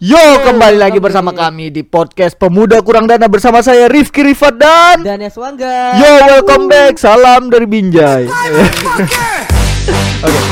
Yo, kembali lagi bersama kami di podcast Pemuda Kurang Dana bersama saya Rifki Rifat dan Daniel Swangga. Yo, welcome back. Salam dari Binjai. Oke.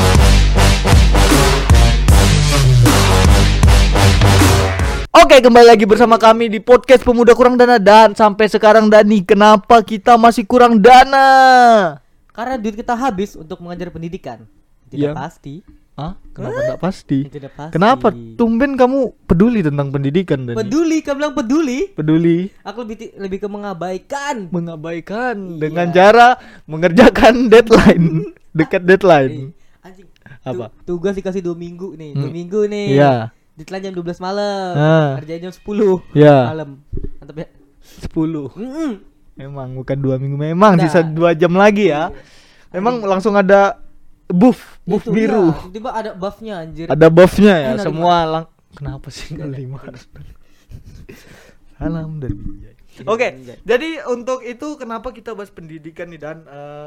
Oke, kembali lagi bersama kami di podcast Pemuda Kurang Dana. Dan sampai sekarang Dani, kenapa kita masih kurang dana? Karena duit kita habis untuk mengajar pendidikan. Tidak Iya. pasti. Hah? Kenapa tidak pasti? Tidak pasti. Kenapa? Tumben kamu peduli tentang pendidikan Dani. Peduli, kamu bilang peduli. Peduli. Aku lebih ke mengabaikan. Mengabaikan Iya. dengan cara mengerjakan deadline. Dekat deadline. Anjing. Apa? Tugas dikasih 2 minggu nih. 2 minggu nih. Iya. Deadline jam 12 malam. Ah. Kerjain jam 10 Iya. malam. Mantap ya. 10. Mm-mm. Memang bukan 2 minggu. Memang Nah. sisa 2 jam lagi ya. Memang langsung ada buff Itu biru. dia. Tiba-tiba ada buffnya anjir. Ada buffnya ya. Nah, Semua kenapa sih 05? Salam dari Binjai. Oke, jadi untuk itu kenapa kita bahas pendidikan nih dan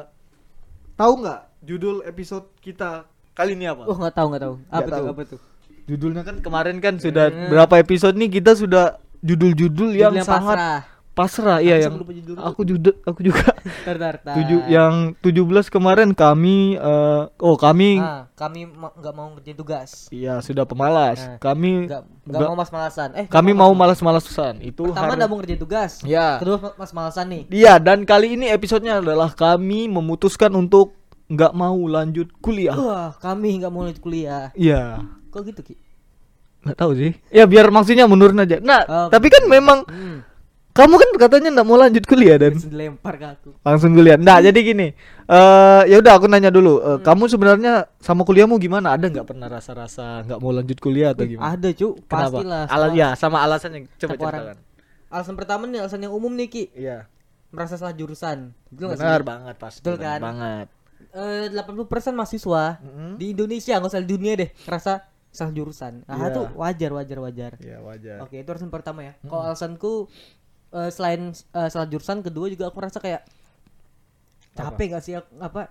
tahu nggak judul episode kita kali ini apa? Oh, enggak tahu. Apa Nggak tuh? tahu. Apa tuh? Judulnya kan kemarin kan sudah berapa episode nih kita sudah judul-judul yang sangat pasrah. Iya, yang aku juga Tar. yang 17 kemarin kami kami nggak mau ngerjain tugas. iya sudah pemalas. Nah, Kami nggak mau mas-malasan. kami mau malas-malasan. Itu Pertama nggak mau ngerjain tugas. Ya. Kedua mas-malasan nih. Iya, dan kali ini episodenya adalah kami memutuskan untuk nggak mau lanjut kuliah. Wah, kami nggak mau lanjut kuliah. Iya. Kok gitu, Ki? Nggak tahu sih. Ya biar maksudnya menurun aja. Nah, Oh, tapi kan memang kamu kan katanya nggak mau lanjut kuliah dan Langsung dilempar ke aku. langsung kuliah. Nah, jadi gini. Ya udah aku nanya dulu. Kamu sebenarnya sama kuliahmu gimana? Ada nggak pernah rasa-rasa nggak mau lanjut kuliah atau gimana? Ada, Cu. Kenapa? Pastilah. Sama alasannya. Coba setiap orang. ceritakan. Alasan pertama nih, alasan yang umum nih, Ki. Iya. Merasa salah jurusan. Betul nggak sih? Benar banget pasti. Betul kan? Banget. 80% mahasiswa di Indonesia, nggak usah di dunia deh, ngerasa salah jurusan. Nah, Iya. itu wajar. Iya, wajar. Oke, itu alasan pertama ya. Kalau alasanku selain salah jurusan, kedua juga aku rasa kayak capek gak sih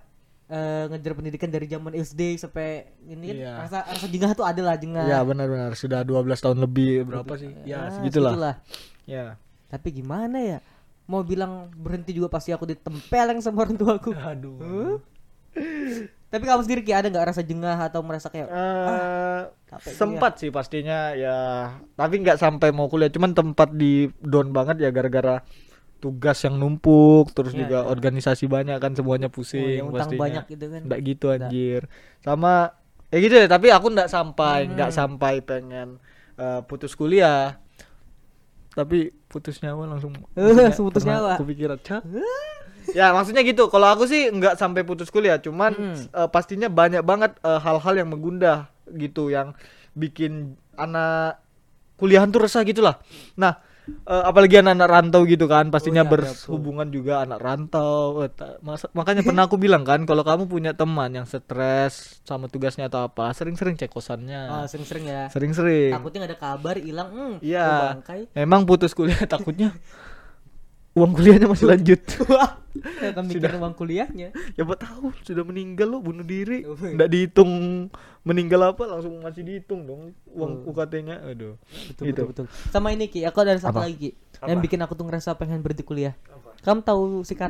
ngejar pendidikan dari zaman SD sampai ini kan. Iya. Rasa jengah tuh ada lah, jengah. Iya, benar. Sudah 12 tahun lebih berapa sih? Ya, segitulah. Ya. Tapi gimana ya? Mau bilang berhenti juga pasti aku ditempeleng sama orang tuaku. Aduh. Tapi kamu sendiri Ki, ada nggak rasa jengah atau merasa kayak capek sempat sih pastinya ya, tapi nggak sampai mau kuliah, cuman tempat di down banget ya gara-gara tugas yang numpuk, terus Iya, juga iya. organisasi banyak kan, semuanya pusing yang utang pastinya. banyak gitu kan. Nggak gitu anjir. Sama ya gitu deh, tapi aku nggak sampai pengen putus kuliah. Tapi putus nyawa langsung putus nyawa. kepikiran ya maksudnya gitu. Kalau aku sih nggak sampai putus kuliah, cuman pastinya banyak banget hal-hal yang menggundah gitu, yang bikin anak kuliahan tuh resah gitulah. Nah, apalagi anak-anak rantau gitu kan, pastinya iya, berhubungan juga anak rantau. Makanya pernah aku bilang kan, kalau kamu punya teman yang stres sama tugasnya atau apa, sering-sering cek kosannya. Sering-sering ya. Sering-sering. Takutnya nggak ada kabar, hilang. Iya. Bangkai. Memang putus kuliah takutnya uang kuliahnya masih lanjut. Kan mikir uang kuliahnya. Ya buat tahu sudah meninggal lo, bunuh diri, Oh, nggak dihitung meninggal apa, langsung masih dihitung dong uang UKT-nya. Aduh. Betul. Sama ini Ki, aku ada satu Apa? lagi Ki, yang bikin aku tuh ngerasa pengen berhenti kuliah. Kamu tahu si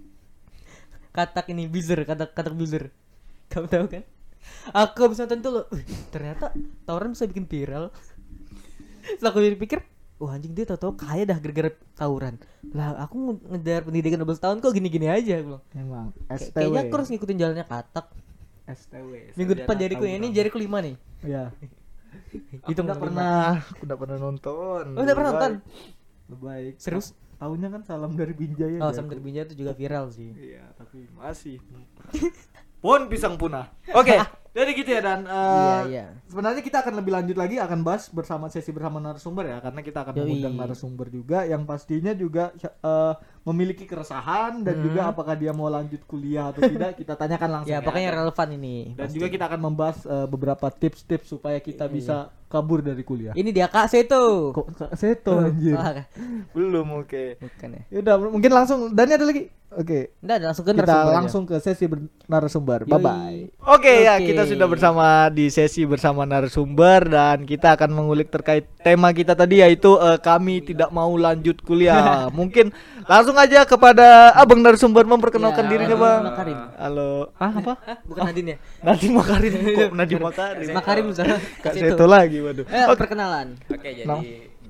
Katak ini Bizer, Katak Bizer. Kamu tahu kan? Aku bisa nonton tuh loh. Ternyata tawuran bisa bikin viral. Setelah aku pikir, anjing dia tahu kaya dah gara-gara tawuran. Lah aku ngejar pendidikan 12 tahun kok gini-gini aja aku bilang. Emang Kayaknya aku harus ngikutin jalannya Katak. STW. Minggu depan jariku yang ini jariku 5 nih. Ya. Itu Aku udah pernah nonton. Oh, udah pernah nonton? Baik. Serius? Tahunya kan Salam dari Binjai Oh, aja Sam aku. Terbinjai itu juga viral sih. Iya, tapi masih pun pisang punah. Oke, jadi gitu ya. Dan Iya. sebenarnya kita akan lebih lanjut lagi, akan bahas sesi bersama narasumber ya, karena kita akan mengundang narasumber juga yang pastinya juga memiliki keresahan dan juga apakah dia mau lanjut kuliah atau tidak, kita tanyakan langsung. Ya, pokoknya relevan ini. Dan juga kita akan membahas beberapa tips-tips supaya kita bisa kabur dari kuliah? Ini dia Kak Seto. Kok Kak Seto anjir? Salah, Kak? Belum, oke. Bukan ya. Ya udah, mungkin langsung. Dani ada lagi? Oke. Udah langsung ke Kita narasumber aja. langsung ke sesi narasumber. Yoi. Bye bye. Oke ya, Oke. kita sudah bersama di sesi bersama narasumber dan kita akan mengulik terkait tema kita tadi yaitu kami tidak mau lanjut kuliah. Mungkin langsung aja kepada abang narasumber memperkenalkan Ya, dirinya, Nadiem Bang. Makarim. Halo. Apa? Hah, bukan Nadine ya? Nadiem Makarim. Kok Nadiem Makarim? Makarim misalnya. Kak Seto lagi, waduh. Ayo perkenalan. Oke, jadi Nah.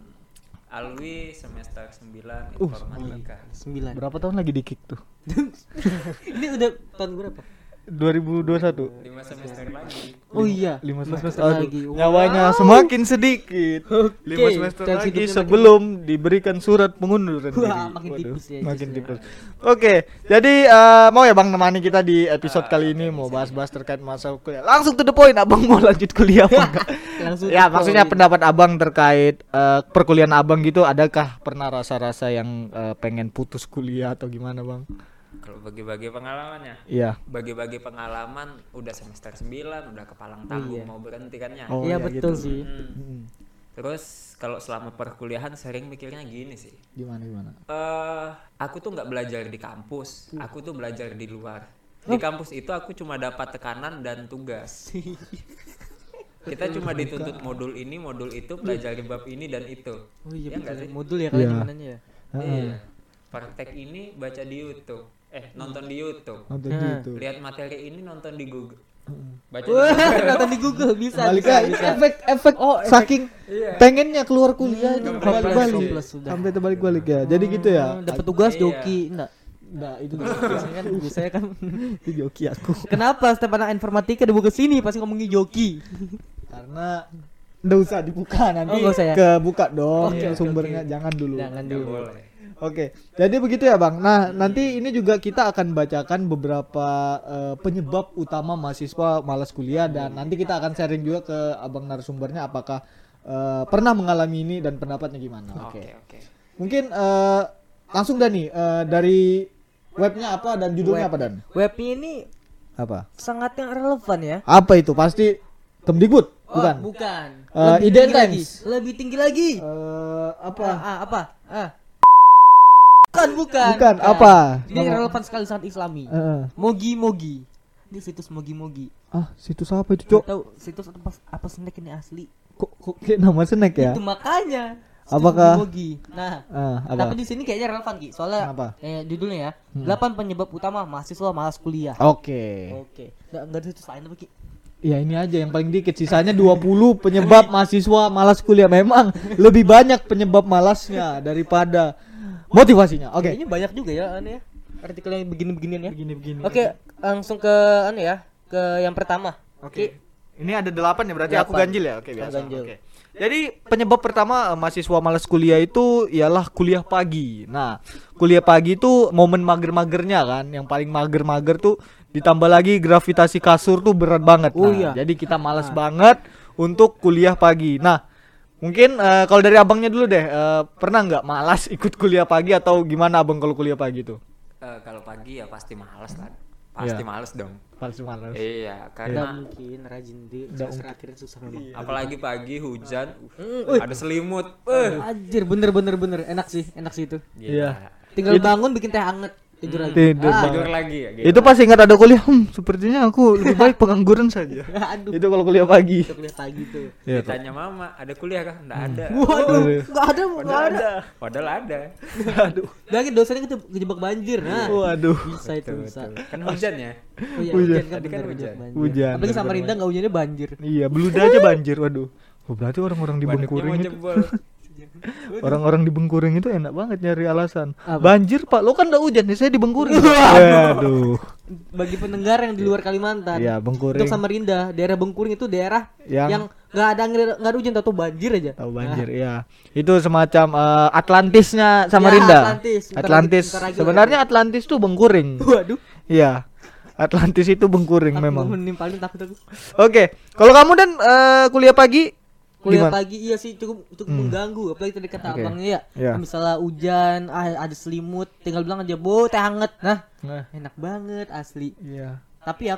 Alwi semester 9 Uh, informatika. 9. Berapa tahun lagi di kick tuh? Ini udah tahun berapa? 2021. 5 semester lagi. Oh iya, 5 semester semester lagi. Nyawanya semakin sedikit. 5 semester chance lagi hidupnya sebelum diberikan surat pengunduran diri. Wah, makin Waduh, tipis ya, makin justru. tipis. Oke, jadi mau ya Bang nemani kita di episode kali ini mau bahas-bahas terkait masa kuliah. Langsung to the point, Abang mau lanjut kuliah apa enggak? Langsung Ya, to maksudnya point. pendapat Abang terkait perkuliahan Abang gitu, adakah pernah rasa-rasa yang pengen putus kuliah atau gimana, Bang? Kalau bagi-bagi pengalamannya, Iya. bagi-bagi pengalaman udah semester 9, udah kepalang tanggung iya. mau berhenti kan ya. Oh, Iya ya betul gitu. sih. Mm. Terus kalau selama perkuliahan sering mikirnya gini sih. Gimana? Aku tuh nggak belajar di kampus, aku tuh belajar di luar. Di kampus itu aku cuma dapat tekanan dan tugas. Kita cuma dituntut modul ini, modul itu, pelajari bab ini dan itu. Oh iya Ya nggak betul. sih? Modul ya kalian Iya. gimana ya? Iya. Praktek ini baca di YouTube. Nonton di YouTube. Nonton Nah. gitu. Lihat materi ini nonton di Google. Baca Wah, di Google. nonton di Google bisa. Balik bisa, lagi bisa. efek saking pengennya keluar kuliah itu Kepres, balik-balik kepres sudah. sampai terbalik-balik ya. Jadi gitu ya. Dapat tugas Iya. joki enggak? Enggak, itu Biasanya kan itu joki aku. kenapa setiap anak informatika dibawa ke sini pasti ngomongin joki. Karena enggak usah dibuka nanti. Oh, nggak usah ya? Kebuka dong Oke, oke, sumbernya, oke. jangan dulu. Jangan Nggak dulu. boleh. Oke, jadi begitu ya Bang. Nah, nanti ini juga kita akan bacakan beberapa penyebab utama mahasiswa malas kuliah dan nanti kita akan sharing juga ke abang narasumbernya apakah pernah mengalami ini dan pendapatnya gimana. Oke. Oke. Mungkin langsung Dani dari webnya apa dan judulnya apa Dan? Webnya ini Apa? sangat yang relevan ya. Apa itu? Pasti Kemdikbud, bukan? Oh, bukan. Iden tinggi lagi. Times. Lebih tinggi lagi. Apa? Apa? Bukan. Bukan, apa? Ini Nama- relevan sekali sangat islami. Eh, Mogi. Ini situs Mogi. situs apa itu, Cok? Tahu situs apa snack ini asli? Kok kayak nama snack ya? Itu makanya. situs Apakah- Mogi? Nah, Apa? tapi di sini kayaknya relevan Ki. Soalnya Kenapa? judulnya ya, 8 penyebab utama mahasiswa malas kuliah. Oke. Oke. Enggak ada situs lain apa Ki? Ya ini aja yang paling dikit, sisanya 20 penyebab mahasiswa malas kuliah. Memang lebih banyak penyebab malasnya daripada motivasinya. Oke. Kayaknya banyak juga ya aneh ya. Artikel yang begini-beginian ya. Begini. Oke, langsung ke ke yang pertama. Oke. Ini ada 8 ya, berarti aku 8. ganjil ya. Oke, Kamu biasa. ganjil. Oke. Jadi penyebab pertama mahasiswa malas kuliah itu ialah kuliah pagi. Nah, kuliah pagi itu momen mager-magernya kan, yang paling mager-mager tuh ditambah lagi gravitasi kasur tuh berat banget. Oh, Nah, iya. jadi kita malas banget untuk kuliah pagi. Nah, mungkin kalau dari abangnya dulu deh, pernah nggak malas ikut kuliah pagi atau gimana abang kalau kuliah pagi tuh? Kalau pagi ya pasti malas lah. Pasti Iya. males dong. Pasti malas. Iya, Nggak karena mungkin rajin di Nggak semester akhirnya susah memang. apalagi pagi hujan, Wih. ada selimut. Anjir, bener enak sih itu. Iya. Tinggal bangun bikin teh anget, tidur lagi. Tidur banget. Tidur lagi ya gitu. Itu pas ingat ada kuliah, sepertinya aku lebih baik pengangguran saja. Aduh, Itu kalau kuliah pagi. kita kuliah pagi tuh. Iya, Ditanya mama, ada kuliah kah? Nggak ada. Waduh, Aduh. enggak ada. Padahal ada. Aduh. Lagi dosennya kejebak banjir. Nah, Waduh. bisa itu bisa. Kan hujan ya. Oh iya, Hujan. hujan kan Tadi kan bener, hujan. banjir. Hujan. Apalagi Samarinda enggak hujannya banjir. Iya, beluda aja banjir. Waduh. Oh, berarti orang-orang di Waduknya Bengkuring mau itu, jebol. orang-orang di Bengkuring itu enak banget nyari alasan. Apa? Banjir, Pak. Lo kan enggak hujan nih, saya di Bengkuring. Waduh. Bagi pendengar yang di luar Kalimantan. Iya, Bengkuring. Untuk Samarinda, daerah Bengkuring itu daerah yang nggak ada hujan atau banjir aja. Tahu banjir, iya. Itu semacam Atlantisnya Samarinda. Ya, Atlantis. Bentar lagi Sebenarnya Atlantis tuh Bengkuring. Waduh. Iya. Atlantis itu Bengkuring Aku memang. menimpalin takut aku. Oke. Kalau kamu dan kuliah pagi Kuliah gimana? pagi iya sih cukup mengganggu, apalagi tadi kata Oke. abangnya ya. Iya. Misalnya hujan, ada selimut, tinggal bilang aja, "Bu, teh hangat." Nah, Nah, enak banget asli. iya. Tapi aku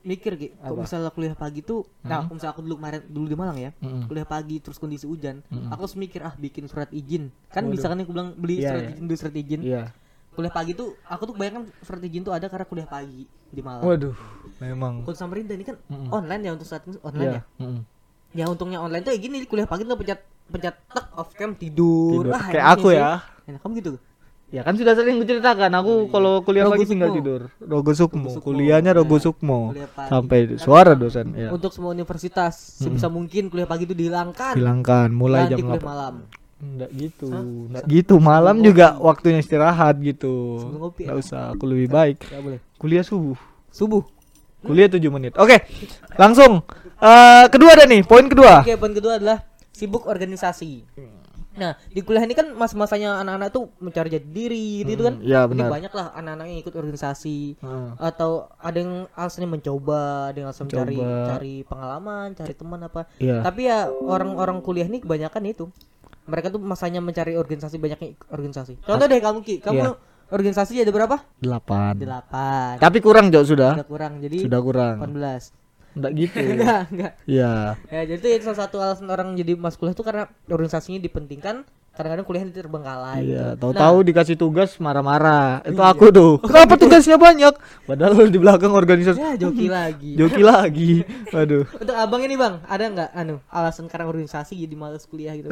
mikir Ki, kok Apa? misalnya kuliah pagi tuh, nah misalnya aku dulu di Malang ya, kuliah pagi terus kondisi hujan, aku harus mikir bikin surat izin. Kan bisa kan aku bilang beli Iya, surat izin. Iya. Kuliah pagi tuh aku tuh kebanyakan surat izin tuh ada karena kuliah pagi di Malang. Waduh, memang. Kalau Samarinda ini kan online ya untuk saat ini online Iya. ya. Ya untungnya online tuh kayak gini, kuliah pagi tuh pencet tek off cam tidur. Tidur. Wah, Kayak enaknya aku sih. ya. Enak kamu gitu. Ya kan sudah sering menceritakan aku kalau kuliah Rogo pagi tinggal Sukmo. tidur. Rogo Sukmo, Sukmo. kuliahnya Rogo Nah, Sukmo. kuliah pagi. Sampai suara dosen ya. Untuk semua universitas sebisa mungkin kuliah pagi itu dihilangkan. Hilangkan mulai Ganti jam kuliah 8. malam. Enggak gitu. Enggak gitu. Malam juga waktunya istirahat gitu. Sambil ngopi ya? Enggak usah, aku lebih baik. Enggak boleh. Kuliah subuh. Subuh. Kuliah 7 menit. Oke. Langsung kedua ada nih, poin kedua. Oke, poin kedua adalah sibuk organisasi. Nah, di kuliah ini kan mas-masanya anak-anak tuh mencari jati diri gitu kan. iya, Jadi benar. banyak lah anak-anak yang ikut organisasi. Hmm. Atau ada yang alasannya mencoba, ada yang alasan cari Mencoba. pengalaman, cari teman apa. Iya. Tapi ya orang-orang kuliah ini kebanyakan itu. Mereka tuh masanya mencari organisasi, banyaknya organisasi. Contoh deh kamu Ki, kamu Iya. organisasi ada berapa? 8. 8. Tapi kurang Jok sudah. Sudah kurang. Jadi Sudah kurang. 18. Enggak gitu. Enggak. Iya. Ya, jadi itu salah satu alasan orang jadi masuk kuliah itu karena organisasinya dipentingkan. Kadang-kadang kuliah itu terbengkalai. Iya, gitu. tahu-tahu dikasih tugas marah-marah. Itu aku tuh. Kenapa tugasnya banyak? Padahal di belakang organisasi Ya, joki lagi. joki lagi. Waduh. Untuk abang ini bang, ada nggak alasan karena organisasi jadi malas kuliah gitu?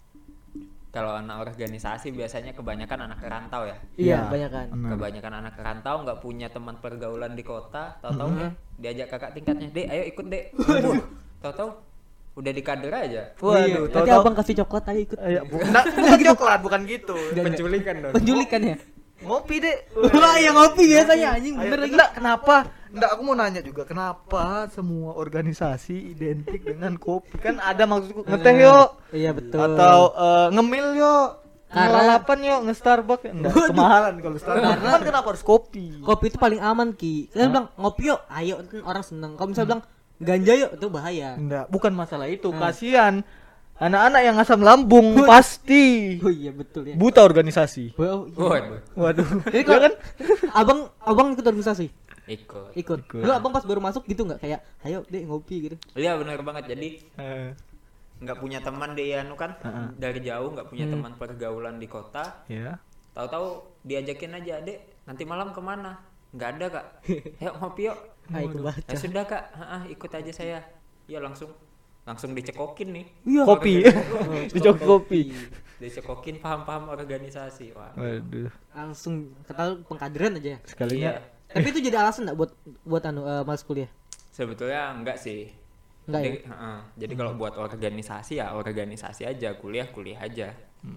Kalau anak organisasi biasanya kebanyakan anak rantau ya. Iya. Banyak kan. Kebanyakan anak rantau nggak punya teman pergaulan di kota, tahu-tahu diajak kakak tingkatnya, "Dek, ayo ikut, Dek." Tahu-tahu udah di kader aja. Waduh, Nanti tahu-tahu. abang kasih coklat aja ikut. Bukan coklat, bukan gitu. Penculikan dong. Penculikan ya? Ngopi, Dek. Wah, yang ngopi biasanya anjing bener lagi. Enggak, kenapa? Enggak, aku mau nanya juga kenapa semua organisasi identik dengan kopi? Kan ada maksudku ngeteh yuk Iya betul. atau ngemil yuk. Karena- Ngelalapan yuk, nge-Starbucks. Enggak, kemahalan kalau Starbucks. Cuman kenapa harus kopi? Kopi itu paling aman Ki. Saya bilang ngopi yuk, ayo kan orang seneng. Kalau misalnya bilang ganja yuk itu bahaya. Enggak, bukan masalah itu. Kasihan anak-anak yang asam lambung pasti Oh iya betul ya. buta organisasi. Oh, iya. Waduh, Waduh. Jadi Ya kalau kan? abang ikut organisasi? ikut. Ikut. Lu abang pas baru masuk gitu nggak kayak ayo deh ngopi gitu? Iya benar banget. Jadi Eh, nggak punya teman di Anu kan dari jauh nggak punya teman pergaulan di kota. ya. Tahu-tahu diajakin aja, "Dek, nanti malam kemana?" "Nggak ada, Kak." "Ayo ngopi yuk." Ayo kebaca. "Ya sudah, Kak. Ikut aja saya." Ya langsung dicekokin nih. Iya. Kopi. Dicok kopi. Dicekokin paham-paham organisasi. Wah. Waduh. Langsung kata pengkaderan aja. Sekalinya Iya. Tapi itu jadi alasan enggak buat malas kuliah? Sebetulnya enggak sih. Enggak ya? Jadi kalau buat organisasi ya organisasi aja, kuliah aja.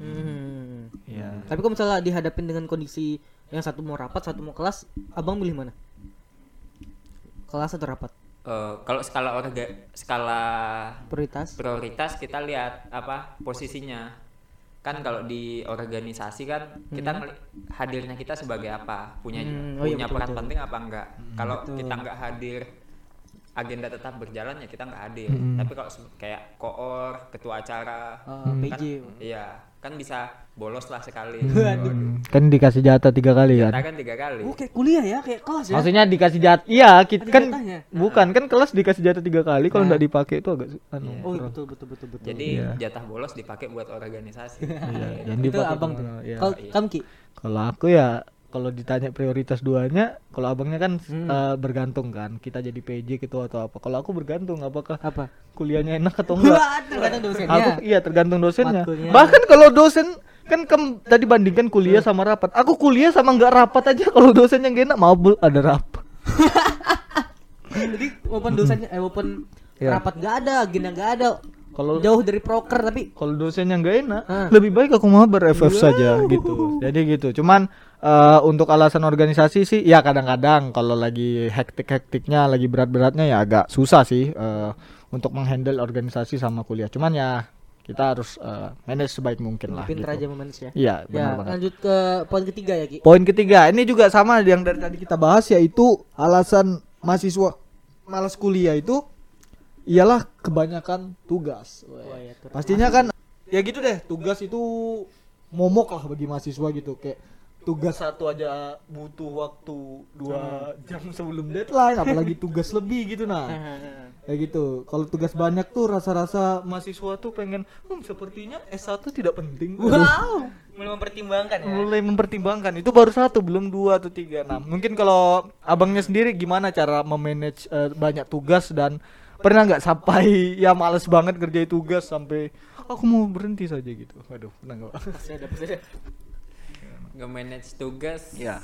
ya. Tapi kalau misalnya dihadapin dengan kondisi yang satu mau rapat, satu mau kelas, abang milih mana? Kelas atau rapat? Kalau skala Prioritas. kita lihat apa posisinya. Kan kalau di organisasi kan kita hadirnya kita sebagai apa? Punya Oh iya, betul, peran betul. penting apa enggak? Kalau kita enggak hadir, agenda tetap berjalan ya kita enggak hadir. Tapi kalau kayak koor, ketua acara, PJ. iya, kan bisa bolos lah sekali. Waduh. Kan dikasih jatah 3 kali Kita kan? kan 3 kali. Oh, kayak kuliah ya, kayak kelas ya. Maksudnya dikasih jatah. Iya, kita Ada kan jatahnya? bukan kan kelas dikasih jatah 3 kali kalau enggak dipakai itu agak Oh, iya, betul. Jadi Iya. jatah bolos dipakai buat organisasi. Iya, jangan Itu dipakai abang tuh. kemana, iya. Kalau kamu Ki? Kalau aku ya kalau ditanya prioritas duanya, kalau abangnya kan bergantung kan. Kita jadi PJ gitu atau apa. Kalau aku bergantung apakah Apa? kuliahnya enak atau enggak. Wah, tergantung dosennya. Aku iya tergantung dosennya. Matkulnya. Bahkan kalau dosen kan tadi bandingkan kuliah sama rapat. Aku kuliah sama enggak rapat aja kalau dosennya enggak enak mau ada rapat. Jadi walaupun dosennya walaupun Iya. rapat enggak ada, agenda enggak ada. Kalau Jauh dari proker tapi kalau dosennya enggak enak, Ah. lebih baik aku mabar FF saja gitu. Jadi gitu. Cuman untuk alasan organisasi sih ya kadang-kadang kalau lagi hektik-hektiknya, lagi berat-beratnya ya agak susah sih untuk menghandle organisasi sama kuliah. Cuman ya kita harus manage sebaik mungkin lah pinter gitu. aja memanage ya. Iya, Ya, benar banget. lanjut ke poin ketiga ya, Ki. Poin ketiga, ini juga sama yang dari tadi kita bahas yaitu alasan mahasiswa malas kuliah itu ialah kebanyakan tugas. Wah, ya, Pastinya kan ya gitu deh, tugas itu momok lah bagi mahasiswa gitu. Kayak tugas satu aja butuh waktu 2 jam sebelum deadline, apalagi tugas lebih gitu. Nah kayak gitu. Kalau tugas banyak tuh rasa-rasa mahasiswa tuh pengen sepertinya S1 tidak penting. Wow, mulai mempertimbangkan ya. Mulai mempertimbangkan. Itu baru 1, belum 2 atau 3. Nah mungkin kalau abangnya sendiri gimana cara memanage banyak tugas, dan pernah nggak sampai ya males banget kerjain tugas sampai aku mau berhenti saja gitu? Waduh, pernah nggak? Pasti ada. Nge-manage tugas. Ya.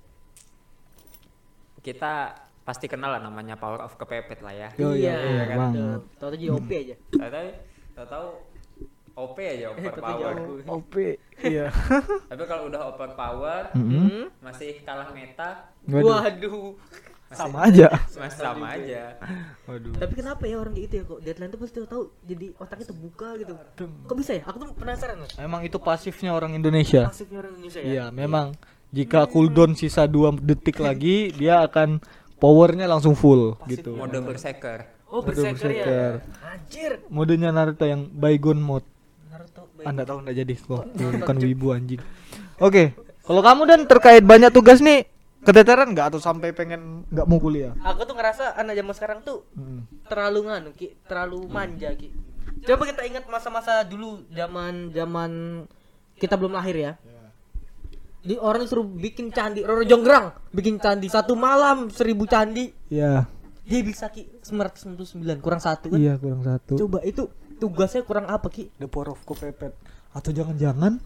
Kita pasti kenal lah namanya power of kepepet lah ya. Iya, kan? banget. Tahu-tahu jadi OP aja. Tahu OP aja overpower. OP. Iya. Tapi kalau udah overpower masih kalah meta, Waduh. Sama aja. masih sama aja. Waduh. Tapi kenapa ya orang kayak gitu ya, kok deadline tuh pasti tahu jadi otaknya terbuka gitu. Kok bisa ya? Aku tuh penasaran loh. Emang itu pasifnya orang Indonesia. Pasifnya orang Indonesia ya. Iya, memang jika cooldown sisa 2 detik lagi, dia akan powernya langsung full gitu. Mode berserker. Oh, Mode berserker ya. berserker. Anjir. Modenya Naruto yang Bygone mode. Naruto Anda tahu enggak jadi kok. Bukan wibu anjing. Oke, kalau kamu dan terkait banyak tugas nih, keteteran nggak atau sampai pengen nggak mau kuliah? Aku tuh ngerasa anak zaman sekarang tuh terlalu terlalu manja Ki. Coba kita ingat masa-masa dulu, zaman kita belum lahir ya. Di orang disuruh bikin candi, Roro Jonggrang bikin candi 1 malam 1000 candi. Iya. Dia bisa Ki 999 kurang 1 kan? Iya, kurang 1. Coba itu tugasnya kurang apa Ki? The power of kepepet. Atau jangan-jangan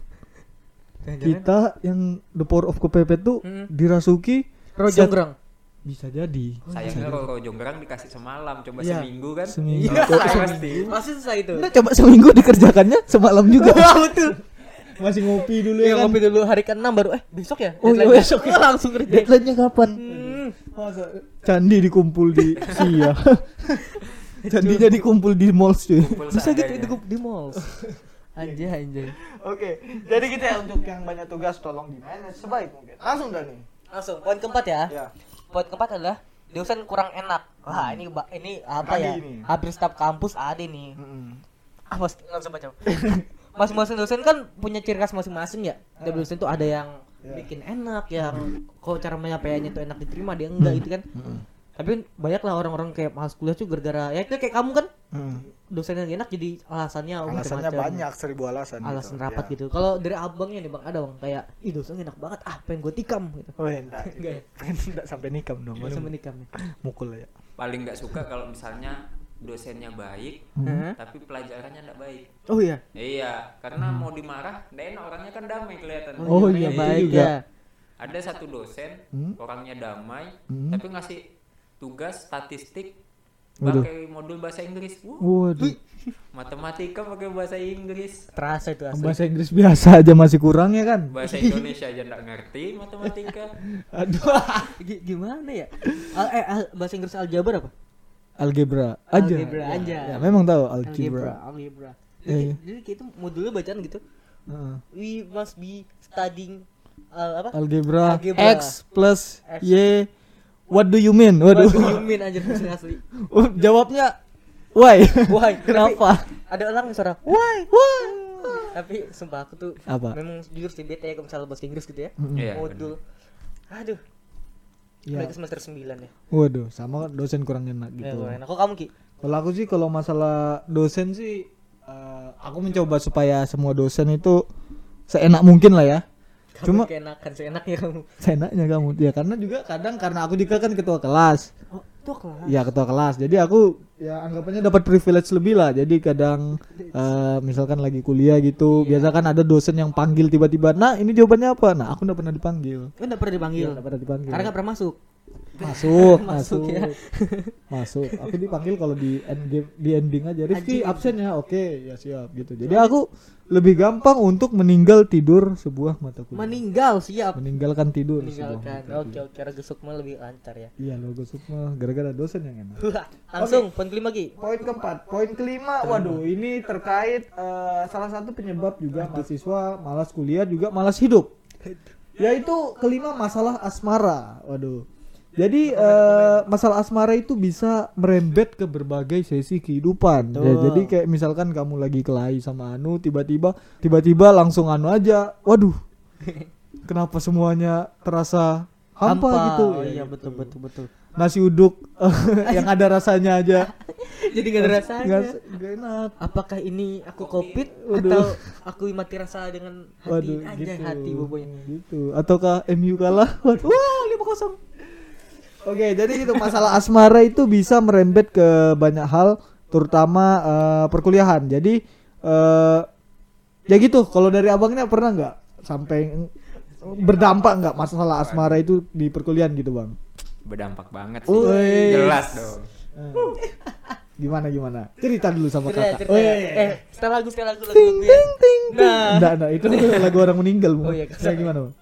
kita yang the power of kepepet tuh dirasuki Roro Jonggrang. Bisa jadi. Sayangnya Roro Jonggrang dikasih semalam, coba Iya. seminggu kan. Seminggu. Iya, Pasti. pasti susah itu. Nah, coba seminggu dikerjakannya semalam juga. Betul. Masih ngopi dulu Iya, ya kan. ngopi dulu hari ke-6 baru besok ya? Oh, iya, Deadline-nya. besok ya. Langsung kerja. Deadline-nya kapan? Masa candi dikumpul di Sia. Candinya dikumpul di mall cuy. Bisa gitu itu di mall. Anjay. Oke, jadi kita ya untuk yang banyak tugas tolong di manage sebaik mungkin. Langsung dah nih. Langsung poin keempat ya. Ya. Poin keempat adalah dosen kurang enak. Wah, ini apa Tadi ya? ini. Hampir setiap kampus ada nih. Mas langsung baca. Masing-masing dosen kan punya ciri khas masing-masing ya. Tiap dosen tuh ada yang bikin enak, yang kok cara menyampaikannya tuh enak diterima, dia enggak gitu kan. Tapi banyak lah orang-orang kayak malas kuliah tuh gara-gara ya itu kayak kamu kan. Dosen yang enak jadi alasannya Alasannya macam-macam. banyak, 1000 alasan. Alasan gitu. rapat Ya. gitu. Kalau dari abangnya nih Bang, ada Bang kayak ih dosen enak banget, pengen gue tikam gitu. Oh, enggak. Enggak ya? Enggak sampai nikam dong. Masa menikam ya. Mukul ya. Paling nggak suka kalau misalnya dosennya baik, tapi pelajarannya nggak baik. Oh iya. Iya, karena mau dimarah, nggak enak, orangnya kan damai kelihatan. Oh, iya, Orangnya betul baik juga. ya. Ada satu dosen, orangnya damai, tapi ngasih tugas statistik Waduh. pakai modul bahasa Inggris. Waduh. Matematika pakai bahasa Inggris. Terasa itu asli. Bahasa Inggris biasa aja masih kurang ya kan? Bahasa Indonesia aja nggak ngerti matematika. Aduh. Gimana ya? Bahasa Inggris aljabar apa? Algebra aja. Algebra aja. Ya, memang tahu algebra. Algebra. Iya. Jadi kayak itu modulnya bacaan gitu. Heeh. We must be studying apa? Algebra. Algebra. X plus X. Y. What do you mean? Waduh. What do you mean anjir asli. Jawabnya why? Why? Kenapa? Ada orang yang suara why? Tapi sumpah aku tuh Apa? memang jujur sih bete ya kalau misalnya bahasa Inggris gitu ya. Iya, Modul. Aduh. Ya. Udah ke semester 9 ya. Waduh, sama dosen kurang enak Ya, gitu. enak. Kok kamu Ki? Kalau aku sih kalau masalah dosen sih aku mencoba supaya semua dosen itu seenak mungkin lah ya. Cuma keenakan seenaknya kamu. seenaknya kamu ya karena juga kadang karena aku juga kan ketua kelas. Oh, tuh kelas. Ya ketua kelas. Jadi aku ya anggapannya dapat privilege lebih lah. Jadi kadang misalkan lagi kuliah gitu, biasa kan ada dosen yang panggil tiba-tiba. Nah, ini jawabannya apa? Nah, aku enggak pernah dipanggil. Kan enggak pernah dipanggil. Enggak pernah dipanggil. Karena enggak pernah masuk. Masuk ya. Masuk. Aku dipanggil kalau di ending aja. Rifki absen ya. Oke, ya siap gitu. Jadi aku lebih gampang untuk meninggal tidur sebuah mata kuliah. Meninggal siap. Meninggalkan tidur Meninggalkan. sebuah mata Oke, Raga Sukma lebih lancar ya. Iya, logo Sukma gara-gara dosen yang enak. Langsung poin kelima Ki. Poin keempat, poin kelima, waduh ini terkait salah satu penyebab juga mahasiswa malas kuliah juga malas hidup. Yaitu kelima masalah asmara. Waduh. Jadi masalah asmara itu bisa merembet ke berbagai sesi kehidupan. Ya, jadi kayak misalkan kamu lagi kelahi sama Anu, tiba-tiba langsung Anu aja. Waduh. kenapa semuanya terasa hampa gitu. Oh iya betul. Nasi uduk yang ada rasanya aja. Jadi gak ada rasanya. Gak enak. Apakah ini aku covid Waduh. atau aku mati rasa dengan hati? Waduh, Anjay, gitu. hati bobonya. Gitu. Ataukah MU kalah? Waduh. Wah, 5-0. Oke, jadi gitu masalah asmara itu bisa merembet ke banyak hal, terutama perkuliahan. Jadi ya gitu. Kalau dari abangnya pernah nggak sampai berdampak nggak masalah asmara itu di perkuliahan gitu, Bang? Berdampak banget sih. Wih. Jelas dong. Gimana? Cerita dulu sama kakak. Cerita. Setelah lagu Ting ting ting. Nah. Enggak, itu lagu orang meninggal. Oh iya, Nah, gimana, Bang?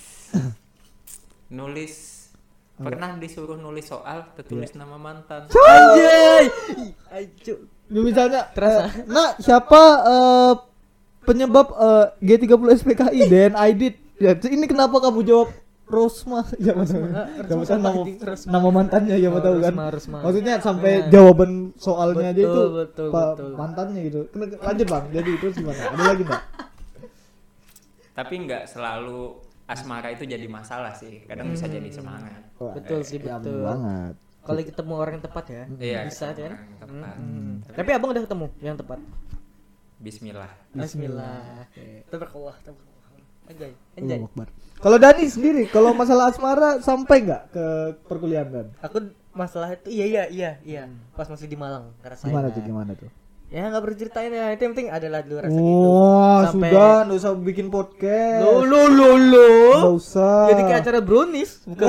Nulis pernah disuruh nulis soal tertulis nama mantan. Anjay. Ayo. Lu misalnya Terasa. Nak, siapa penyebab G30 SPKI dan Aidit? Ya, ini kenapa kamu jawab Rosma? Ya betul. Nama mantannya ya tahu kan. Rosma. Maksudnya sampai jawaban soalnya aja itu betul. mantannya gitu. Lanjut, Bang. Jadi itu gimana? Ada lagi enggak? Tapi nggak selalu asmara itu jadi masalah sih. Kadang bisa jadi semangat. Betul sih, Ya, betul. bener banget. Kalau ketemu orang yang tepat ya. Iya, Bisa ketemu kan? orang yang tepat. Tapi abang udah ketemu yang tepat. Bismillah. Bismillah. Tabarakallah. Anjay. Allahu Akbar. Kalau Dani sendiri, kalau masalah asmara sampai nggak ke perkuliahan Dan? Aku masalah itu iya. Pas masih di Malang ngerasain. Gimana tuh? Ya enggak berceritain ya. Itu yang penting adalah dulu rasa gitu. Wah, Sampai- sudah nggak usah bikin podcast. Lo. Nggak usah. Jadi kayak acara brownies, bukan.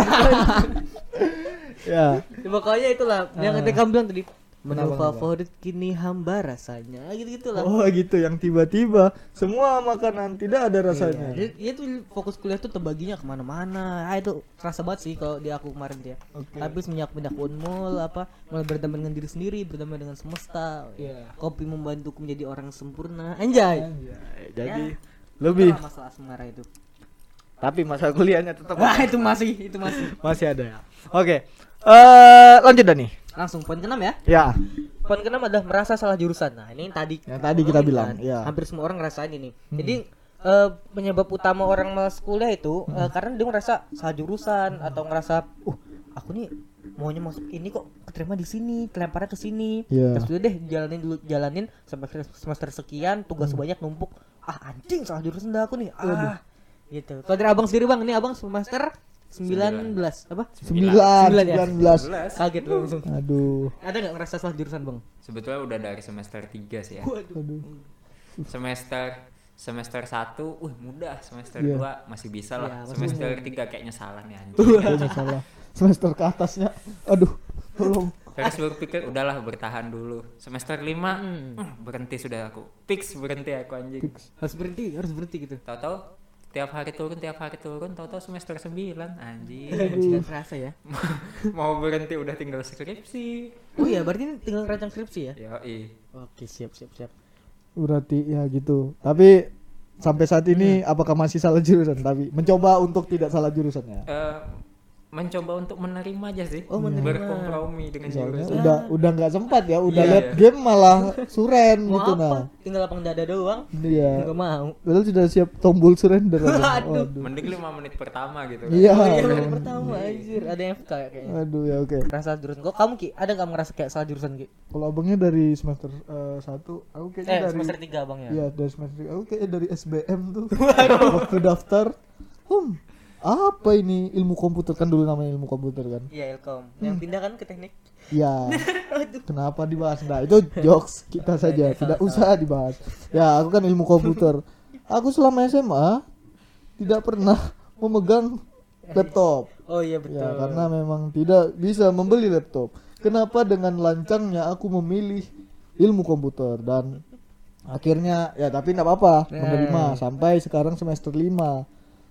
Ya. Ya, pokoknya itulah yang kamu bilang tadi. Menu Kenapa? favorit kini hamba rasanya gitu lah. Oh gitu, yang tiba-tiba semua makanan tidak ada rasanya. Iya tuh fokus kuliah tuh terbaginya kemana-mana. Itu terasa banget sih kalau di aku kemarin dia. Oke. Tapi semenjak pindah ke Unmul mulai berdamai dengan diri sendiri, berdamai dengan semesta. Iya. Kopi membantuku menjadi orang sempurna. Anjay. Jadi Ya, lebih. itulah masalah asmara itu. Tapi masalah kuliahnya tetap Wah, itu masih. masih ada ya. Oke. Lanjut Dani. Langsung poin ke-6 ya. Ya. Poin ke-6 adalah merasa salah jurusan. Nah, ini Yang tadi kita bilang, kan. ya. Hampir semua orang ngerasain ini. Jadi penyebab utama orang malas kuliah itu karena dia ngerasa salah jurusan atau ngerasa aku nih maunya masuk ini kok keterima di sini, kelemparnya ke sini. Iya. Terus udah deh jalanin sampai semester sekian, tugas banyak numpuk. Anjing salah jurusan dah aku nih. Gitu. Kalau dari Abang sendiri Bang, ini Abang semester 19 apa? 19. ya? 19. Kaget lu langsung. Aduh. Ada enggak ngerasa salah jurusan, Bang? Sebetulnya udah dari semester 3 sih ya. Aduh. Semester 1 mudah, semester Iya. 2 masih bisa lah. Iya, masih Semester 3 kayaknya salah nih anjing. Kayaknya salah. Semester ke atasnya. Aduh. Tolong. Terus berpikir udahlah bertahan dulu. Semester 5 berhenti sudah aku. Fix berhenti aku anjing. Harus berhenti gitu. Tahu-tahu tiap hari turun, tahu-tahu semester 9 anjing. Tidak terasa ya. Mau berhenti udah tinggal skripsi. Oh iya, berarti ini tinggal rancang skripsi ya? Yoi. Oke, siap. Berarti ya gitu. Tapi sampai saat ini apakah masih salah jurusan? Tapi mencoba untuk tidak salah jurusan ya. Mencoba untuk menerima aja sih. Oh, menerima. Berkompromi dengan Soalnya jurusan. udah nggak sempat ya, udah Iya, liat iya. game malah suren Mau gitu apa? nah. Tinggal lapang dada doang. Iya. Enggak mau. Padahal sudah siap tombol surrender. Waduh. Mending 5 menit pertama gitu. Iya. Oh iya, baru pertama anjir. Ada yang kayak kayaknya. Aduh ya oke. Rasa jurusan. Kok kamu Ki? Ada enggak ngerasa kayak salah jurusan Ki? Kalau abangnya dari semester 1, aku kayaknya dari Semester 3 Bang ya. Iya, dari semester 3. Aku kayaknya dari SBM tuh. Waktu daftar. Apa ini ilmu komputer kan dulu namanya ilmu komputer kan? Iya, Ilkom. Yang pindah kan ke teknik. Ya. Kenapa dibahas? Nah, itu jokes kita saja, tidak usah dibahas. Ya, aku kan ilmu komputer. Aku selama SMA tidak pernah memegang laptop. Oh iya betul. Ya, karena memang tidak bisa membeli laptop. Kenapa dengan lancangnya aku memilih ilmu komputer dan akhirnya ya tapi enggak apa-apa menerima sampai sekarang semester 5.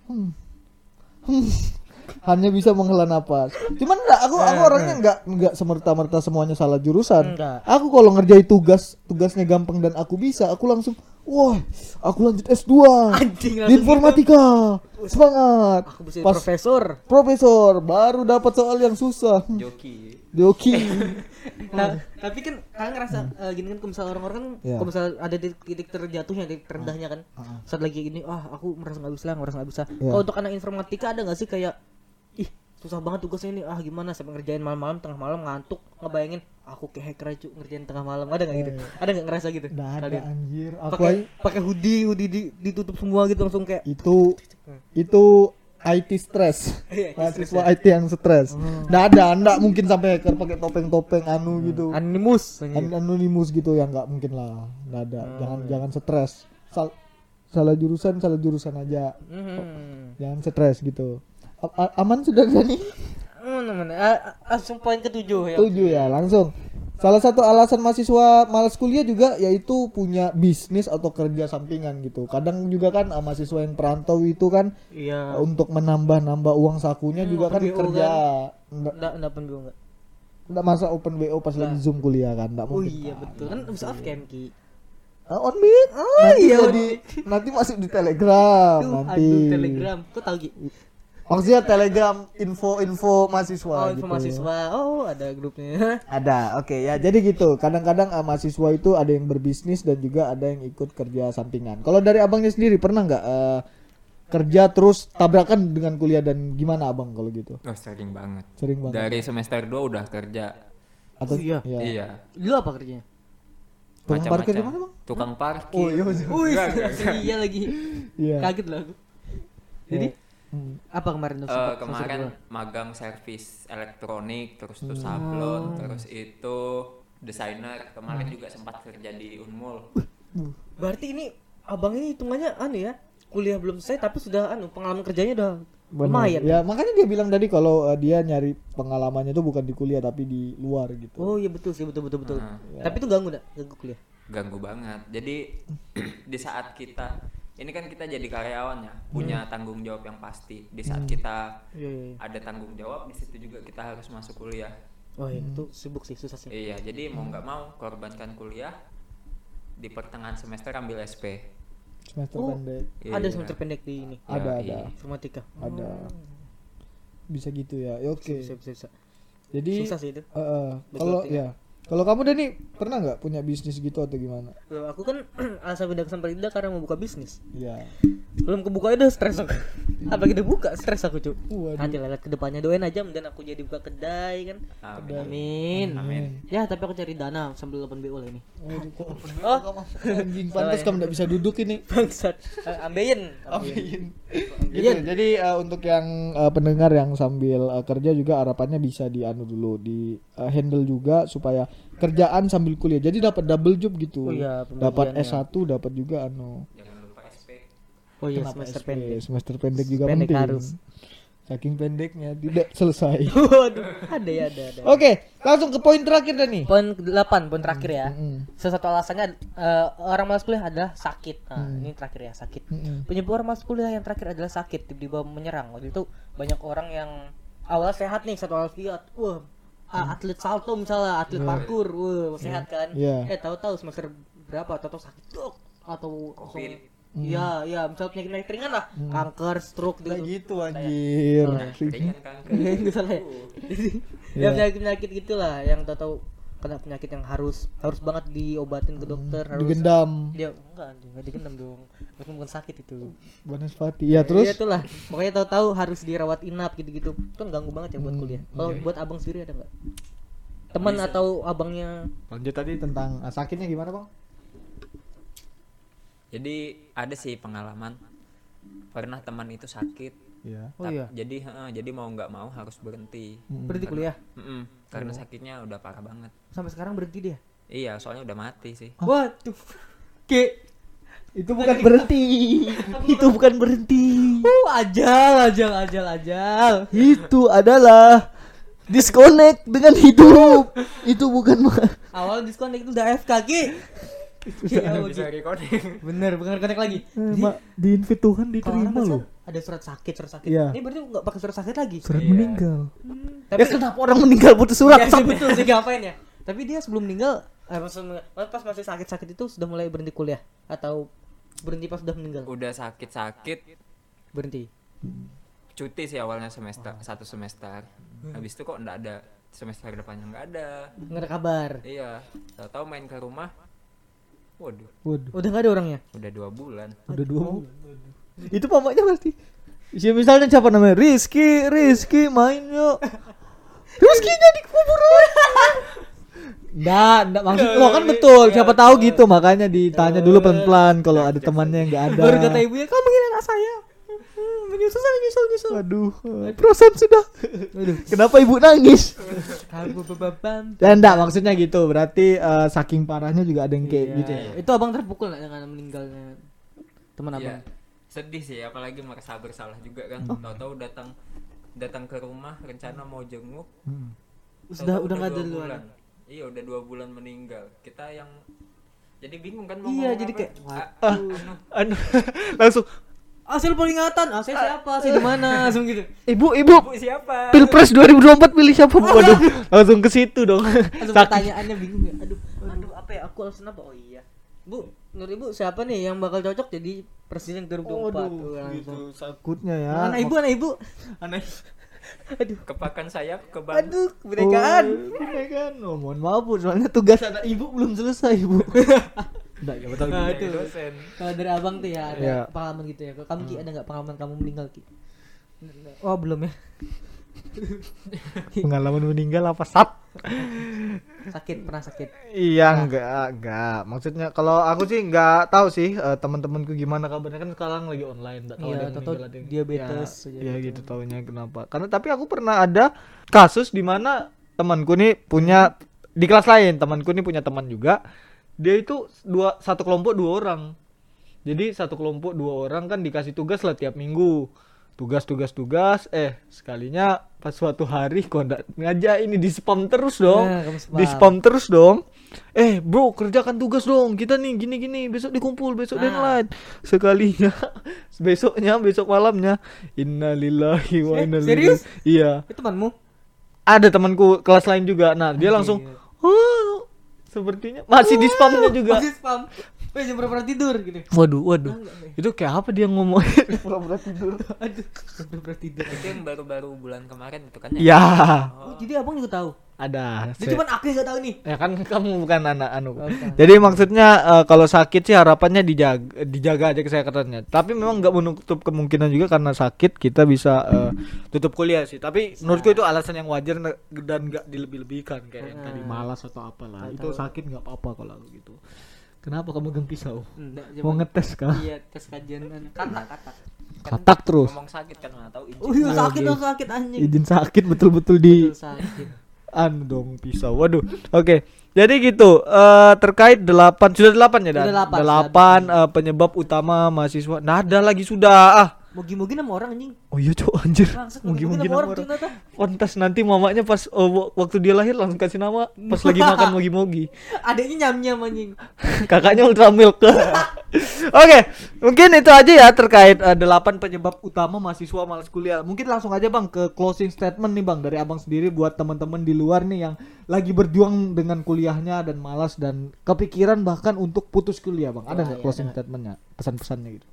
Hanya bisa menghela napas. Cuman aku orangnya enggak semerta-merta semuanya salah jurusan. Enggak. Aku kalau ngerjain tugasnya gampang dan aku bisa, aku langsung wah, aku lanjut S2 Anjing, di langsung informatika. Semangat. Aku bisa Pas profesor. profesor baru dapat soal yang susah. Joki. Joki. Nah, tapi kan kalian ngerasa gini kan, kalau misalnya orang-orang kan, Iya. kalau misalnya ada titik terjatuhnya, titik terendahnya kan, saat lagi gini, aku merasa nggak bisa. Iya. Kalau untuk anak informatika ada nggak sih kayak, ih susah banget tugasnya ini, gimana sampai ngerjain malam-malam, tengah malam ngantuk, ngebayangin aku kayak hacker aja ngerjain tengah malam, ada nggak gitu? Ada nggak ngerasa gitu? Nggak ada Kalian? anjir. Aku Pakai hoodie ditutup semua gitu langsung kayak itu IT stress. Iya, IT Mahasiswa IT yang stres. Nggak mungkin sampai hacker pakai topeng-topeng gitu. Animus. Anonymous gitu ya, nggak mungkin lah. Nggak ada. Jangan stres. Salah jurusan aja. Jangan stres gitu. Aman sudah Dani? Langsung poin ke-7 ya. 7 ya, langsung. Salah satu alasan mahasiswa malas kuliah juga yaitu punya bisnis atau kerja sampingan gitu. Kadang juga kan mahasiswa yang perantau itu kan Iya. untuk menambah uang sakunya juga kan open BO kerja. Enggak pun enggak. Nggak masa open BO pas lagi Zoom kuliah kan, nggak Oh mungkin. iya betul kan bisa off cam Ki. On mic. Nanti iya, nanti masuk di Telegram nanti. Aduh Telegram. Kok tahu Ki? Maksudnya Telegram info mahasiswa Oh, gitu. info mahasiswa. Oh, ada grupnya. Ada, oke ya. Jadi gitu. Kadang-kadang mahasiswa itu ada yang berbisnis dan juga ada yang ikut kerja sampingan. Kalau dari abangnya sendiri pernah nggak kerja terus tabrakan dengan kuliah, dan gimana abang kalau gitu? Oh, sering banget. Sering banget. Dari semester 2 udah kerja. Atau iya. ya. Iya. Dulu apa kerjanya? Tukang parkir di mana, Bang? Tukang parkir. Oh iya. Iya lagi. Iya. Kaget lah aku. Jadi apa kemarin tuh? Kemarin magang servis elektronik, terus tuh sablon, terus itu desainer. Kemarin juga sempat kerja di Unmul. Berarti ini abang ini hitungannya ya. Kuliah belum selesai tapi sudah pengalaman kerjanya udah lumayan. Ya, makanya dia bilang tadi kalau dia nyari pengalamannya itu bukan di kuliah tapi di luar gitu. Oh iya betul sih, betul. Tapi itu ganggu kuliah? Ganggu banget. Jadi di saat kita ini kan kita jadi karyawan ya, punya tanggung jawab yang pasti. Di saat kita Iya. ada tanggung jawab, di situ juga kita harus masuk kuliah. Oh iya, itu sibuk sih, susah sih. Iya, jadi mau nggak mau korbankan kuliah. Di pertengahan semester ambil SP. Semester Oh, pendek. ada Iya. semester pendek di ini. Ada. Informatika. Ada. Bisa gitu ya. Ya, oke. Bisa. Jadi Susah sih itu. kalau ya, kalau kamu Dani pernah nggak punya bisnis gitu atau gimana? Loh, aku kan alasan pindah ke Samarinda karena mau buka bisnis. Iya. Belum kebuka udah stres aku. Apa kita buka stres aku, Cuk. Waduh. Nanti lihat ke depannya, doain aja dan aku jadi buka kedai kan. Amin. Amin. Ya, tapi aku cari dana sambil open BO lah ini. Oh, anjing pantas kamu nggak bisa duduk ini. Bangsat. Ambeien. Gitu. Jadi untuk yang pendengar yang sambil kerja juga harapannya bisa dulu di handle juga supaya kerjaan sambil kuliah. Jadi dapat double job gitu. Oh iya, dapat pembagiannya. S1, dapat juga Jangan lupa SP. Oh iya, Kenapa semester SP? pendek. Semester pendek juga Pendek penting. harus. Saking pendeknya tidak selesai. Waduh, ada. Oke, langsung ke poin terakhir dah nih. Poin 8, poin terakhir ya. Mm-mm. Salah satu alasannya orang malas kuliah adalah sakit. Ini terakhir ya, sakit. Penyebab orang malas kuliah yang terakhir adalah sakit, tiba-tiba menyerang. Waktu itu banyak orang yang awalnya sehat nih, satu walafiat. Wah, atlet salto misalnya, atlet parkur, sehat kan. Iya. Tahu-tahu semester berapa tahu sakit tuh atau Covid. Iya, misalnya penyakit ringan lah, kanker, stroke Kayak gitu. gitu anjir. Ringan kanker. Enggak salah ya. Ya penyakit gitulah yang tahu kena penyakit yang harus banget diobatin ke dokter, harus Digendam. dia enggak digendam dong. Bukan sakit itu. Banaspati. Ya terus. Iya itulah. Pokoknya tahu harus dirawat inap gitu-gitu. Itu kan ganggu banget ya buat kuliah. Kalau buat abang sendiri ada enggak? Teman atau abangnya? Lanjut tadi tentang sakitnya gimana, Bang? Jadi ada sih pengalaman pernah teman itu sakit. Iya. Oh iya. Jadi mau nggak mau harus berhenti. Berhenti kuliah. Karena sakitnya udah parah banget. Sampai sekarang berhenti dia. Iya, soalnya udah mati sih. Waduh. Ke Itu bukan berhenti. Itu bukan berhenti. Ajal. Itu adalah disconnect dengan hidup. Itu bukan Awal disconnect itu udah FK, Ki. Bisa recording. Bener connect lagi. di invite Tuhan diterima loh. Ada surat sakit. Iya. Ini berarti nggak pakai surat sakit lagi. Surat meninggal. Tapi Ya kenapa orang meninggal butuh surat? ya, sih, betul sih ngapain ya. Tapi dia sebelum meninggal, pas masih sakit-sakit itu sudah mulai berhenti kuliah atau berhenti pas sudah meninggal? Udah sakit-sakit, Berhenti. cuti sih awalnya satu semester. Habis itu kok enggak ada semester depannya nggak ada. Nggak ada kabar. Iya, tahu-tahu main ke rumah, waduh, Udah nggak ada orangnya. udah 2 bulan. Udah 2 bulan. Itu pamaknya pasti. Ya misalnya siapa namanya? Rizky main yuk. Rizkynya dikubur. Nggak maksud lo kan betul. Siapa tahu gitu, makanya ditanya dulu pelan-pelan kalau ada temannya yang nggak ada. Baru kata ibunya, kamu menghina anak saya. Menyusul. Waduh, perasaan sudah. Aduh. Kenapa ibu nangis? Kamu bebam. Ya enggak, maksudnya gitu. Berarti saking parahnya juga ada yang kayak gitu ya. Itu abang terpukul nggak dengan meninggalnya teman abang? Iya, sedih sih, apalagi merasa bersalah juga kan. Tahu-tahu datang ke rumah rencana mau jenguk, Udah tahu-tahu nggak ada 2 duluan. bulan. Iya, udah 2 bulan meninggal. Kita yang jadi bingung kan mau Iya, ngomong jadi apa. kayak, Aduh, langsung Hasil peringatan, saya siapa? Saya di mana? Langsung gitu. ibu Bu siapa? Pilpres 2024 pilih siapa? Waduh, langsung ke situ dong. Langsung pertanyaannya bingung ya. Aduh, apa ya? Aku alasan apa? Oh iya. Bu, menurut ibu siapa nih yang bakal cocok jadi presiden 2024? Tuh, langsung. Gitu sakutnya ya. Anak ibu. Aduh, Kepakan sayap ke bang. aduh, kebinekaan. Kebinekaan. Oh, mohon maaf Bu, soalnya tugas anak ibu belum selesai, Bu. Enggak, ya betul. Nah, Jadi itu. dosen. Kalau dari abang tuh ya ada Iya. pengalaman gitu ya. Kalau kamu Ki ada nggak pengalaman kamu meninggal Ki? Oh belum ya. Pengalaman meninggal apa sat? Pernah sakit. Iya, enggak. Maksudnya kalau aku sih enggak tahu sih teman-temanku gimana kabarnya, kan sekarang lagi online, enggak tahu Iya, ada yang tahu-taau meninggal, ada yang diabetes ya, aja ya gitu. gitu taunya kenapa. Karena tapi aku pernah ada kasus di mana temanku nih punya di kelas lain, temanku nih punya teman juga. Dia itu satu kelompok 2 orang. Jadi satu kelompok 2 orang kan dikasih tugas lah tiap minggu. Tugas sekalinya pas suatu hari kok enggak ngajak, ini di spam terus dong. Nah, kamu spam. Di spam terus dong. Bro, kerjakan tugas dong. Kita nih gini besok dikumpul, besok deadline. Sekalinya besok malamnya innalillahi wa inna ilaihi. Serius? Iya. Itu temanmu? Ada temanku kelas lain juga. Nah, dia langsung sepertinya masih di spamnya juga. Masih spam. Jam berapa tidur gitu. Waduh. Itu kayak apa dia ngomong? Pura-pura tidur. Aduh, pura-pura tidur. Itu yang baru-baru bulan kemarin itu kan ya. Ya, Oh, jadi abang juga tahu. ada. Dia cuma aku yang nggak tahu nih. Ya kan kamu bukan anak anu. Bukan. Jadi maksudnya kalau sakit sih harapannya dijaga aja kesehatannya. Tapi memang nggak menutup kemungkinan juga karena sakit kita bisa tutup kuliah sih. Tapi menurutku itu alasan yang wajar dan nggak dilebih-lebihkan kayak yang tadi malas atau apalah. Itu sakit nggak apa-apa kalau gitu. Kenapa kamu gang pisau? Mau ngetes kah? Iya, tes kajian kata. Katak terus. Ngomong sakit kan mana tahu izin. Oh iya, sakit anjing. Izin sakit betul-betul di Sakit. anu dong pisau. Waduh. Oke. Jadi gitu, terkait 8 sudah 8 ya Dan? Sudah 8 penyebab utama mahasiswa. Nah, ada lagi sudah. Mogi-mogi nama orang anjing. Oh iya, Cok, anjir. Bangsat, Mogi-mogi nama nama orang orang. ternyata. Pantas nanti mamanya pas waktu dia lahir langsung kasih nama pas lagi makan mogi-mogi. Adanya nyam-nyam anjing. Kakaknya ultra milk. Oke, mungkin itu aja ya terkait 8 penyebab utama mahasiswa malas kuliah. Mungkin langsung aja Bang ke closing statement nih Bang dari Abang sendiri buat teman-teman di luar nih yang lagi berjuang dengan kuliahnya dan malas dan kepikiran bahkan untuk putus kuliah Bang. Ada nggak closing statementnya, pesan-pesannya gitu?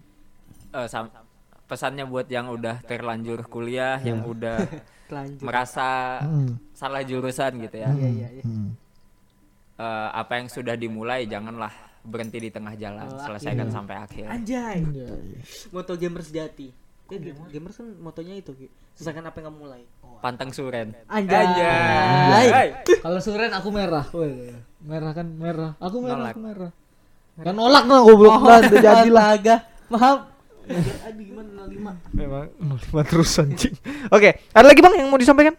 Pesannya buat yang udah terlanjur kuliah, yang udah Telanjur. merasa salah jurusan gitu ya. Iya. Apa yang sudah dimulai janganlah berhenti di tengah jalan, selesaikan sampai akhir. Anjay. Moto gamer sejati. Ya, gamers kan motonya itu, Ki. Selesaikan apa yang kamu mulai. Pantang suren. Anjay. Kalau suren aku merah. Merah kan merah. Aku merah, Nolak. aku merah. Kan nolak dong goblok dan jadilah. Maaf. Aduh gimana 05. Memang 05 terus anjing. Oke, ada lagi Bang yang mau disampaikan?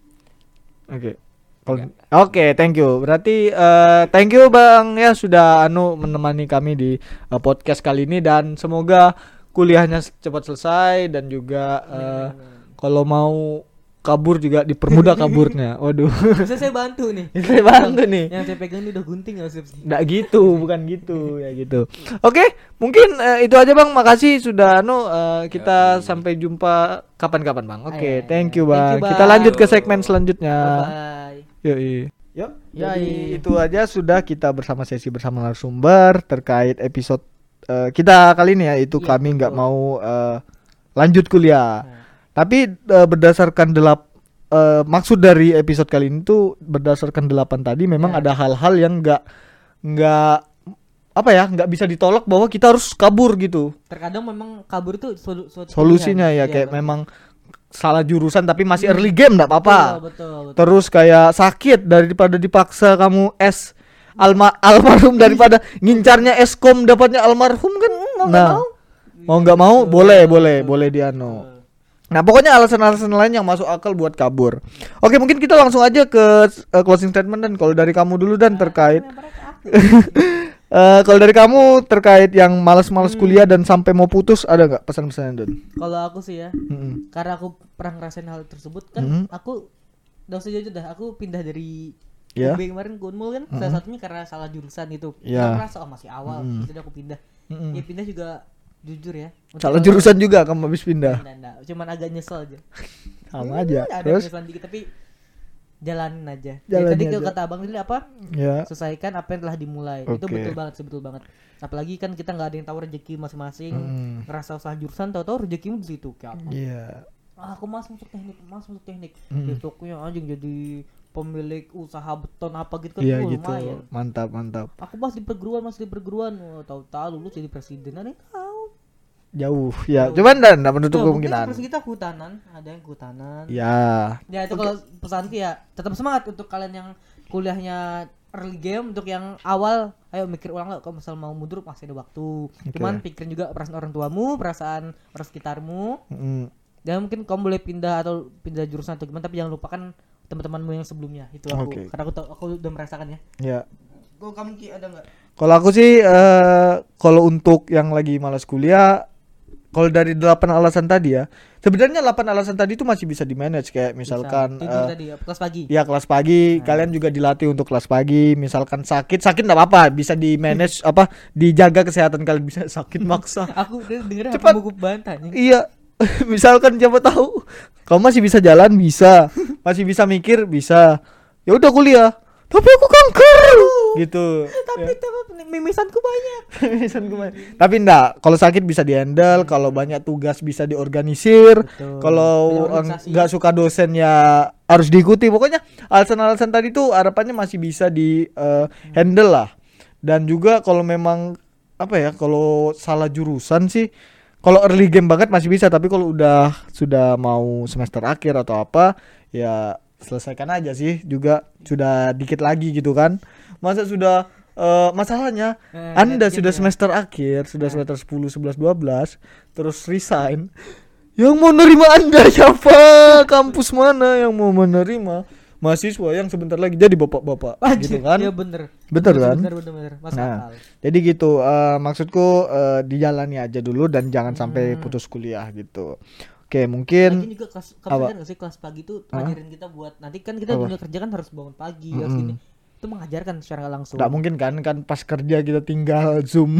Oke, thank you. Berarti thank you Bang ya sudah menemani kami di podcast kali ini dan semoga kuliahnya cepat selesai dan juga kalau mau kabur juga dipermudah kaburnya. Waduh. Bisa saya bantu nih. Saya bantu nih. Yang saya pegang ini udah gunting ya, Sip. Nggak gitu, bukan gitu ya gitu. Oke, mungkin itu aja Bang. Makasih sudah kita sampai jumpa kapan-kapan Bang. Oke, thank you Bang. Bang. Kita lanjut ke segmen selanjutnya. Bye. Yuk. Jadi itu aja sudah kita sesi bersama narasumber terkait episode kita kali ini ya itu kami nggak mau lanjut kuliah. Tapi berdasarkan maksud dari episode kali ini tuh berdasarkan 8 tadi memang ada hal-hal yang nggak apa ya, nggak bisa ditolak bahwa kita harus kabur gitu. Terkadang memang kabur itu Solusinya ya kayak memang salah jurusan tapi masih early game enggak apa-apa. Betul. Terus kayak sakit daripada dipaksa kamu almarhum daripada ngincarnya eskom dapatnya almarhum kan. Mau nggak mau boleh diano. Nah, pokoknya alasan-alasan lain yang masuk akal buat kabur. Oke, mungkin kita langsung aja ke closing statement dan kalau dari kamu dulu dan terkait kalau dari kamu terkait yang malas-malas kuliah dan sampai mau putus ada nggak pesan-pesan Don? Kalau aku sih ya, karena aku pernah ngerasain hal tersebut kan, aku udah usah jujur dah, aku pindah dari UB kemarin ke Unmul kan, salah satunya karena salah jurusan itu. Aku merasa masih awal, jadi aku pindah. Ya pindah juga jujur ya. Salah jurusan juga kamu habis pindah. Nah, cuman agak nyesel aja. Sama aja. Ada Terus penyesalan dikit tapi jalanin aja. Jalanin Tadi aja. kata Abang tadi apa? ya. Selesaikan apa yang telah dimulai. Itu Oke. betul banget. Apalagi kan kita nggak ada yang tahu rezeki masing-masing. Ngerasa salah jurusan, tahu-tahu rezekimu di situ kayak apa? Iya. Aku masuk teknik. Besoknya anjing jadi pemilik usaha beton apa gitu kan. Iya Oh, gitu. lumayan. Mantap. Aku masih di perguruan. Oh, tahu-tahu lulus jadi presiden, ada yang tahu. Jauh. Ya, cuman enggak menutup Tuh, mungkin kemungkinan. terus kita kehutanan, ada yang kehutanan. Ya. Ya itu kalau pesanku ya tetap semangat untuk kalian yang kuliahnya early game, untuk yang awal ayo mikir ulang lah kalau misal mau mundur masih ada waktu. Cuman pikirin juga perasaan orang tuamu, perasaan orang sekitarmu. Dan mungkin kamu boleh pindah jurusan atau gimana, tapi jangan lupakan teman-temanmu yang sebelumnya. Itu aku karena aku udah merasakan ya. Ya. Kalau kamu Ki ada enggak? Kalau aku sih kalau untuk yang lagi malas kuliah, kalau dari 8 alasan tadi ya, sebenarnya 8 alasan tadi itu masih bisa di-manage kayak misalkan tidur tadi ya, kelas pagi. ya kelas pagi, kalian juga dilatih untuk kelas pagi. Misalkan sakit enggak apa-apa, bisa di-manage dijaga kesehatan kalian, bisa sakit maksa. Aku dengar Cepat. apa buku bantahnya. Iya. Misalkan siapa tahu kamu masih bisa jalan, bisa. Masih bisa mikir, bisa. Ya udah kuliah. Tapi aku kanker. Gitu. Tapi mimisanku banyak. Tapi enggak, kalau sakit bisa di-handle, kalau banyak tugas bisa diorganisir, kalau enggak suka dosen ya harus diikuti. Pokoknya alasan-alasan tadi tuh harapannya masih bisa di handle lah. Dan juga kalau memang kalau salah jurusan sih, kalau early game banget masih bisa, tapi kalau sudah mau semester akhir atau apa ya selesaikan aja sih, juga sudah dikit lagi gitu kan. Masa sudah masalahnya Anda sudah semester akhir, sudah semester 10, 11, 12 terus resign. Yang mau nerima Anda siapa? Kampus mana yang mau menerima mahasiswa yang sebentar lagi jadi bapak-bapak gitu kan? Iya bener kan? Bener. Masuk akal. Jadi gitu, maksudku dijalani aja dulu dan jangan sampai putus kuliah gitu. Oke, mungkin Lagi juga kamu sadar gak sih kelas pagi itu ngajarin kita buat nanti kan kita dunia kerja kan harus bangun pagi harus gini. Itu mengajarkan secara langsung. Nggak mungkin kan pas kerja kita tinggal zoom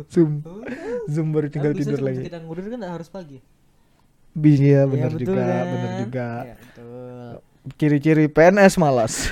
baru tinggal tidur lagi. Kita ngurir kan harus pagi. Iya benar juga. Ya, betul. Ciri-ciri PNS malas.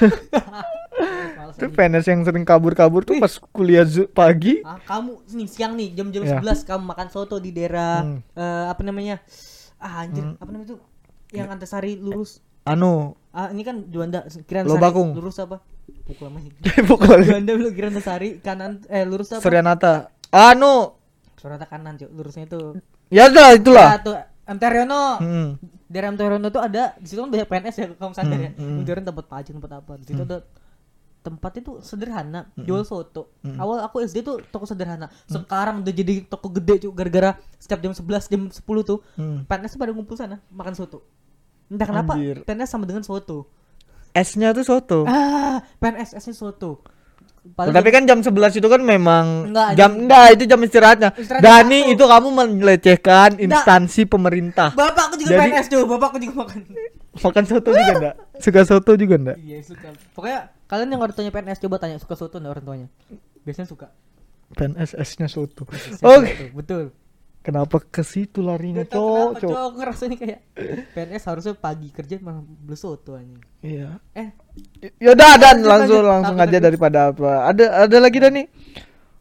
Itu PNS yang sering kabur-kabur tuh pas kuliah pagi. Kamu nih siang nih jam-jam 11 kamu makan soto di daerah apa namanya? Anjir, apa namanya itu? Yang Antasari lurus. Ini kan Juanda Kiran Lobakung. Lurus apa? Pukul namanya. Pukul. Juanda belum Kiran Antasari kanan lurus apa? Suryanata. Suryanata kanan, Cuk. Lurusnya itu. Ya udah itulah. Ya tuh MT Haryono. Daerah MT Haryono tuh ada di situ kan banyak PNS ya kamu sadar ya. Kemudian tempat pajak tempat apa. Di situ ada tempatnya tuh sederhana, jual soto. Awal aku SD tuh toko sederhana. Sekarang udah jadi toko gede Cuk, gara-gara setiap jam 11 jam 10 tuh PNS tuh pada ngumpul sana makan soto. Entah kenapa PNS sama dengan soto. S-nya tuh soto. PNS S-nya soto. Tapi kan jam 11 itu kan memang Enggak, itu jam istirahatnya. Dani itu kamu melecehkan instansi pemerintah. Bapakku juga PNS tuh, bapakku juga makan. Makan soto juga enggak? Suka soto juga enggak? Iya, suka. Pokoknya kalian yang orang tuanya PNS coba tanya suka soto enggak orang tuanya? Biasanya suka. PNS S-nya soto. Oke. Betul. Kenapa ke situ larinya, Cok? Cok ngerasanya kayak PNS harusnya pagi kerja malah beli soto anjing. Iya. Yaudah dan langsung aja Apa daripada apa. Ada lagi Dani?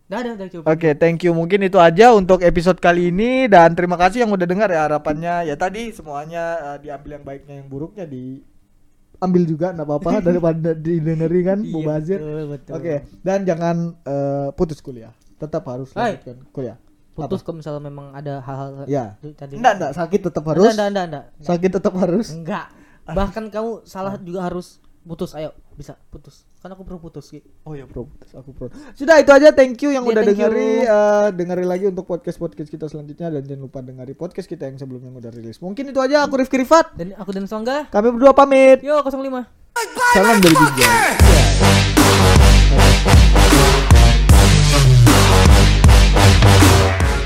Udah cukup. Oke, thank you. Mungkin itu aja untuk episode kali ini dan terima kasih yang udah dengar ya. Harapannya ya tadi semuanya diambil yang baiknya, yang buruknya diambil juga enggak apa-apa daripada didengerin kan mubazir. Betul. Oke, dan jangan putus kuliah. Tetap harus lanjutkan kuliah. Putus kalau misalnya memang ada hal-hal Ya. tadi. Enggak, sakit tetap harus. Enggak. Sakit tetap harus. Enggak. Bahkan kamu salah juga harus putus. Ayo, bisa putus. Kan aku perlu putus, Ki. Oh ya, putus. Aku pro. Sudah itu aja, thank you yang Ya, udah thank you. dengerin lagi untuk podcast kita selanjutnya dan jangan lupa dengerin podcast kita yang sebelumnya yang udah rilis. Mungkin itu aja, aku Rifki Rifat. Dan aku dan Songga. Kami berdua pamit. Yo 05. Salam dari Binjai.